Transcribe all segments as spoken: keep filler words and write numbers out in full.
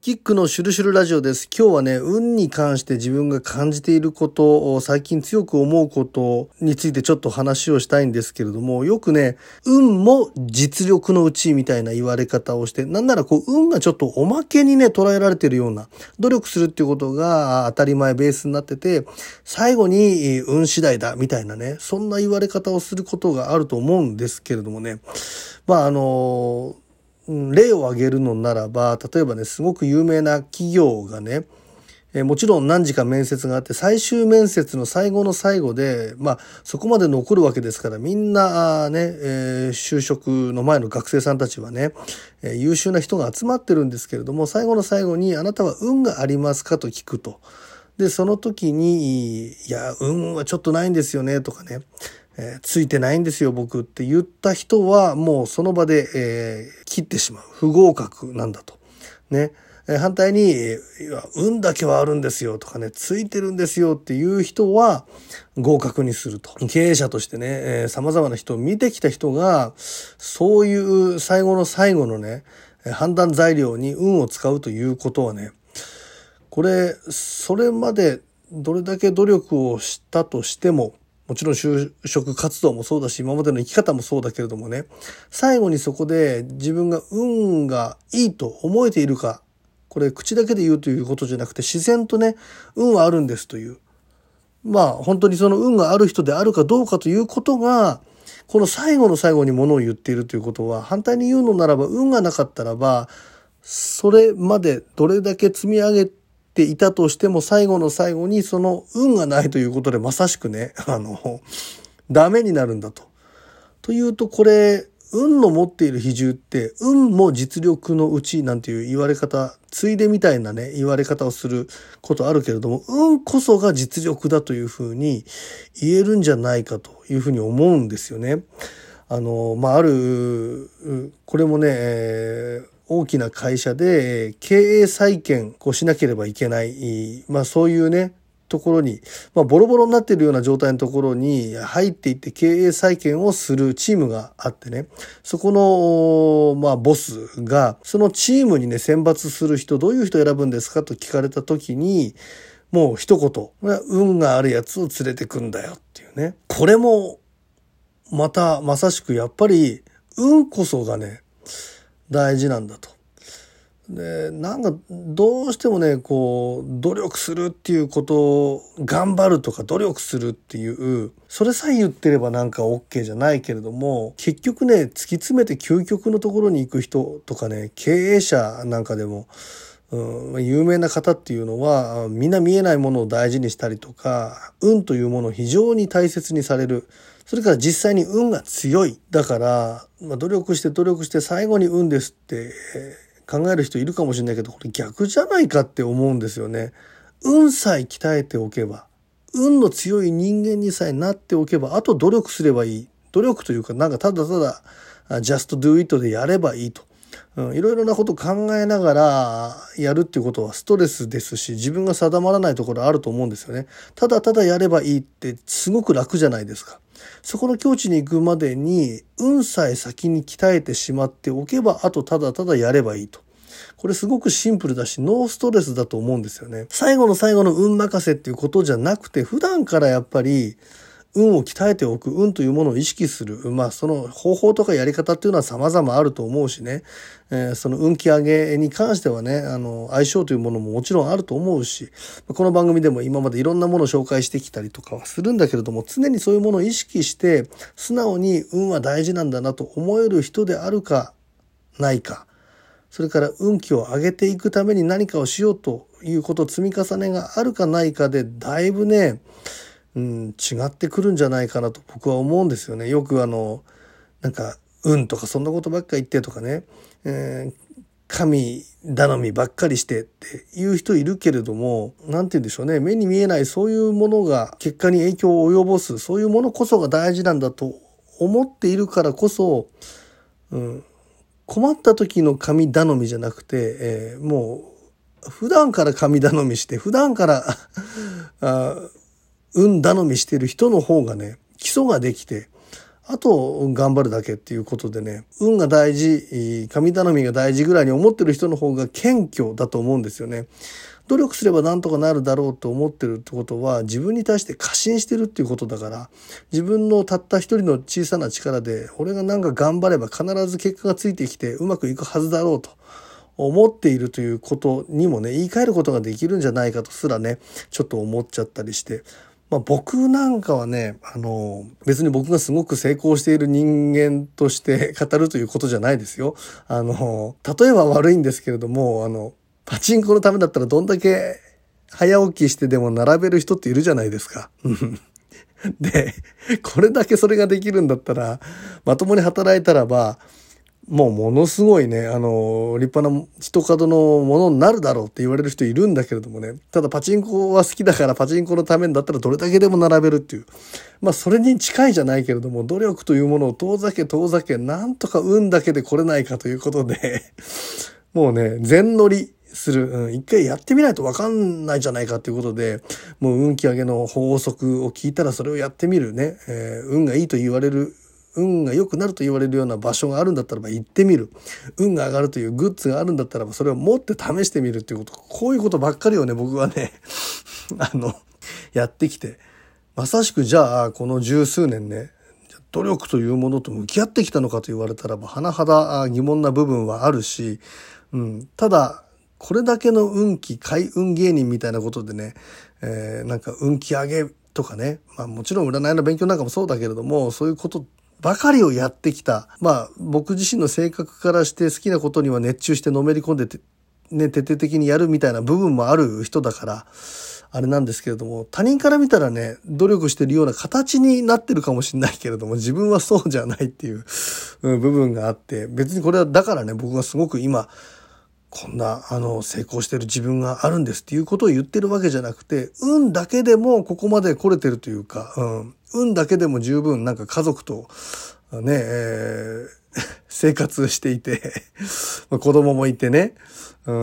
キックのシュルシュルラジオです。今日はね、運に関して自分が感じていることを、最近強く思うことについてちょっと話をしたいんですけれども、よくね、運も実力のうちみたいな言われ方をして、なんならこう、運がちょっとおまけにね、捉えられているような、努力するっていうことが当たり前ベースになってて、最後に運次第だみたいなね、そんな言われ方をすることがあると思うんですけれどもね、まああの、例を挙げるのならば、例えばね、すごく有名な企業がね、えー、もちろん何時か面接があって、最終面接の最後の最後で、まあ、そこまで残るわけですから、みんなね、えー、就職の前の学生さんたちはね、えー、優秀な人が集まってるんですけれども、最後の最後に、あなたは運がありますかと聞くと。で、その時に、いや、運はちょっとないんですよね、とかね。えー、ついてないんですよ僕って言った人はもうその場で、えー、切ってしまう。不合格なんだと。ね。えー、反対に、いや、運だけはあるんですよとかね、ついてるんですよっていう人は合格にすると。経営者としてね、えー、様々な人を見てきた人が、そういう最後の最後のね、判断材料に運を使うということはね、これ、それまでどれだけ努力をしたとしても、もちろん就職活動もそうだし、今までの生き方もそうだけれどもね、最後にそこで自分が運がいいと思えているか、これ口だけで言うということじゃなくて、自然とね、運はあるんですという。まあ本当にその運がある人であるかどうかということが、この最後の最後にものを言っているということは、反対に言うのならば、運がなかったらば、それまでどれだけ積み上げて、ていたとしても最後の最後にその運がないということでまさしくね、あの、ダメになるんだと。というとこれ、運の持っている比重って運も実力のうちなんていう言われ方、ついでみたいなね、言われ方をすることあるけれども、運こそが実力だというふうに言えるんじゃないかというふうに思うんですよね。あの、まあ、ある、これもね、えー大きな会社で経営再建をしなければいけない、まあそういうね、ところに、まあボロボロになっているような状態のところに入っていって経営再建をするチームがあってね、そこの、まあボスが、そのチームにね、選抜する人、どういう人を選ぶんですかと聞かれたときに、もう一言、運があるやつを連れてくんだよっていうね。これも、またまさしくやっぱり、運こそがね、大事なんだと。で、なんかどうしてもね、こう努力するっていうことを頑張るとか努力するっていうそれさえ言ってればなんか OK じゃないけれども、結局ね突き詰めて究極のところに行く人とかね、経営者なんかでも、うん、有名な方っていうのはみんな見えないものを大事にしたりとか、運というものを非常に大切にされる。それから実際に運が強い。だから、まあ、努力して努力して最後に運ですって考える人いるかもしれないけど、これ逆じゃないかって思うんですよね。運さえ鍛えておけば、運の強い人間にさえなっておけば、あと努力すればいい。努力というか、なんかただただ、just do it でやればいいと。うん、いろいろなことを考えながらやるっていうことはストレスですし、自分が定まらないところあると思うんですよね。ただただやればいいってすごく楽じゃないですか。そこの境地に行くまでに運さえ先に鍛えてしまっておけば、あとただただやればいいと。これすごくシンプルだしノーストレスだと思うんですよね。最後の最後の運任せっていうことじゃなくて、普段からやっぱり運を鍛えておく、運というものを意識する。まあその方法とかやり方っていうのは様々あると思うしね、えー、その運気上げに関してはね、あの相性というものももちろんあると思うし、この番組でも今までいろんなものを紹介してきたりとかはするんだけれども、常にそういうものを意識して素直に運は大事なんだなと思える人であるかないか、それから運気を上げていくために何かをしようということ、積み重ねがあるかないかでだいぶね、うん、違ってくるんじゃないかなと僕は思うんですよね。よくあのなんか運とかそんなことばっか言ってとかね、えー、神頼みばっかりしてっていう人いるけれども、なんて言うんでしょうね、目に見えないそういうものが結果に影響を及ぼす、そういうものこそが大事なんだと思っているからこそ、うん、困った時の神頼みじゃなくて、えー、もう普段から神頼みして普段からあ運頼みしてる人の方がね、基礎ができて、 あと頑張るだけっていうことでね、運が大事、神頼みが大事ぐらいに思ってる人の方が謙虚だと思うんですよね。努力すればなんとかなるだろうと思ってるってことは、自分に対して過信してるっていうことだから、自分のたった一人の小さな力で俺がなんか頑張れば必ず結果がついてきてうまくいくはずだろうと思っているということにもね、言い換えることができるんじゃないかとすらね、ちょっと思っちゃったりして、まあ、僕なんかはね、あの別に僕がすごく成功している人間として語るということじゃないですよ。あの例えば悪いんですけれども、あのパチンコのためだったらどんだけ早起きしてでも並べる人っているじゃないですか。で、これだけそれができるんだったら、まともに働いたらば、もうものすごいね、あの、立派な一角のものになるだろうって言われる人いるんだけれどもね、ただパチンコは好きだからパチンコのためにだったらどれだけでも並べるっていう。まあそれに近いじゃないけれども、努力というものを遠ざけ遠ざけ、なんとか運だけで来れないかということで、もうね、全乗り。する、うん、一回やってみないと分かんないじゃないかということで、もう運気上げの法則を聞いたらそれをやってみるね、えー、運がいいと言われる、運が良くなると言われるような場所があるんだったらば行ってみる、運が上がるというグッズがあるんだったらばそれを持って試してみるっていうこと、こういうことばっかりをね、僕はねあのやってきて、まさしくじゃあこの十数年ね、努力というものと向き合ってきたのかと言われたらば甚だ疑問な部分はあるし、うん、ただこれだけの運気、開運芸人みたいなことでね、えー、なんか運気上げとかね、まあもちろん占いの勉強なんかもそうだけれども、そういうことばかりをやってきた。まあ僕自身の性格からして好きなことには熱中してのめり込んでて、ね、徹底的にやるみたいな部分もある人だから、あれなんですけれども、他人から見たらね、努力してるような形になってるかもしれないけれども、自分はそうじゃないっていう部分があって、別にこれはだからね、僕がすごく今、こんなあの成功してる自分があるんですっていうことを言ってるわけじゃなくて、運だけでもここまで来れてるというか、うん、運だけでも十分なんか家族とね、えー、生活していて子供もいてね、うん、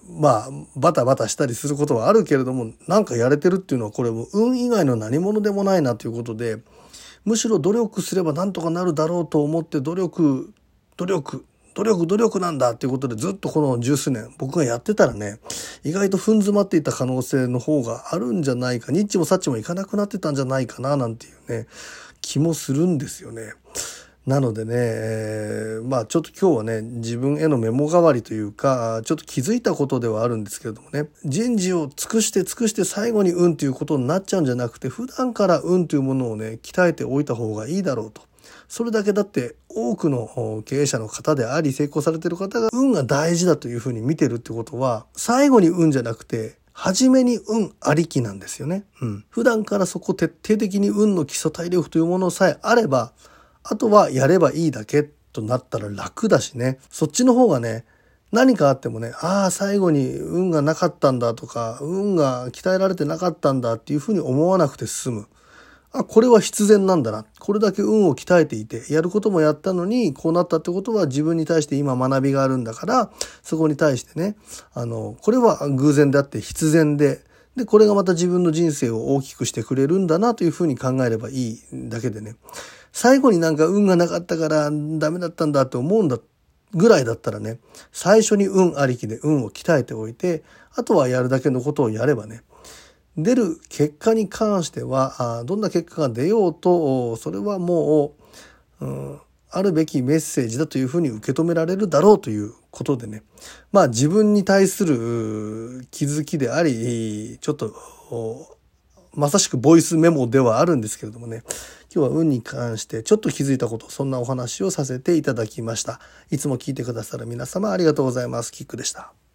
まあバタバタしたりすることはあるけれども、なんかやれてるっていうのはこれも運以外の何者でもないなということで、むしろ努力すればなんとかなるだろうと思って努力努力努力努力なんだっていうことでずっとこの十数年僕がやってたらね、意外と踏ん詰まっていた可能性の方があるんじゃないか、ニッチもサッチもいかなくなってたんじゃないかななんていうね気もするんですよね。なのでね、えー、まあちょっと今日はね自分へのメモ代わりというか、ちょっと気づいたことではあるんですけれどもね、人事を尽くして尽くして最後に運ということになっちゃうんじゃなくて、普段から運というものをね鍛えておいた方がいいだろうと。それだけだって多くの経営者の方であり成功されている方が運が大事だというふうに見てるってことは、最後に運じゃなくて初めに運ありきなんですよね。うん。普段からそこ徹底的に運の基礎体力というものさえあれば、あとはやればいいだけとなったら楽だしね。そっちの方がね、何かあってもね、ああ最後に運がなかったんだとか、運が鍛えられてなかったんだっていうふうに思わなくて済む。あ、これは必然なんだな。これだけ運を鍛えていて、やることもやったのに、こうなったってことは自分に対して今学びがあるんだから、そこに対してね、あの、これは偶然であって必然で、で、これがまた自分の人生を大きくしてくれるんだなというふうに考えればいいだけでね、最後になんか運がなかったからダメだったんだって思うんだぐらいだったらね、最初に運ありきで運を鍛えておいて、あとはやるだけのことをやればね、出る結果に関してはどんな結果が出ようとそれはもう、うん、あるべきメッセージだというふうに受け止められるだろうということでね、まあ自分に対する気づきであり、ちょっとまさしくボイスメモではあるんですけれどもね、今日は運に関してちょっと気づいたこと、そんなお話をさせていただきました。いつも聞いてくださる皆様ありがとうございます。キックでした。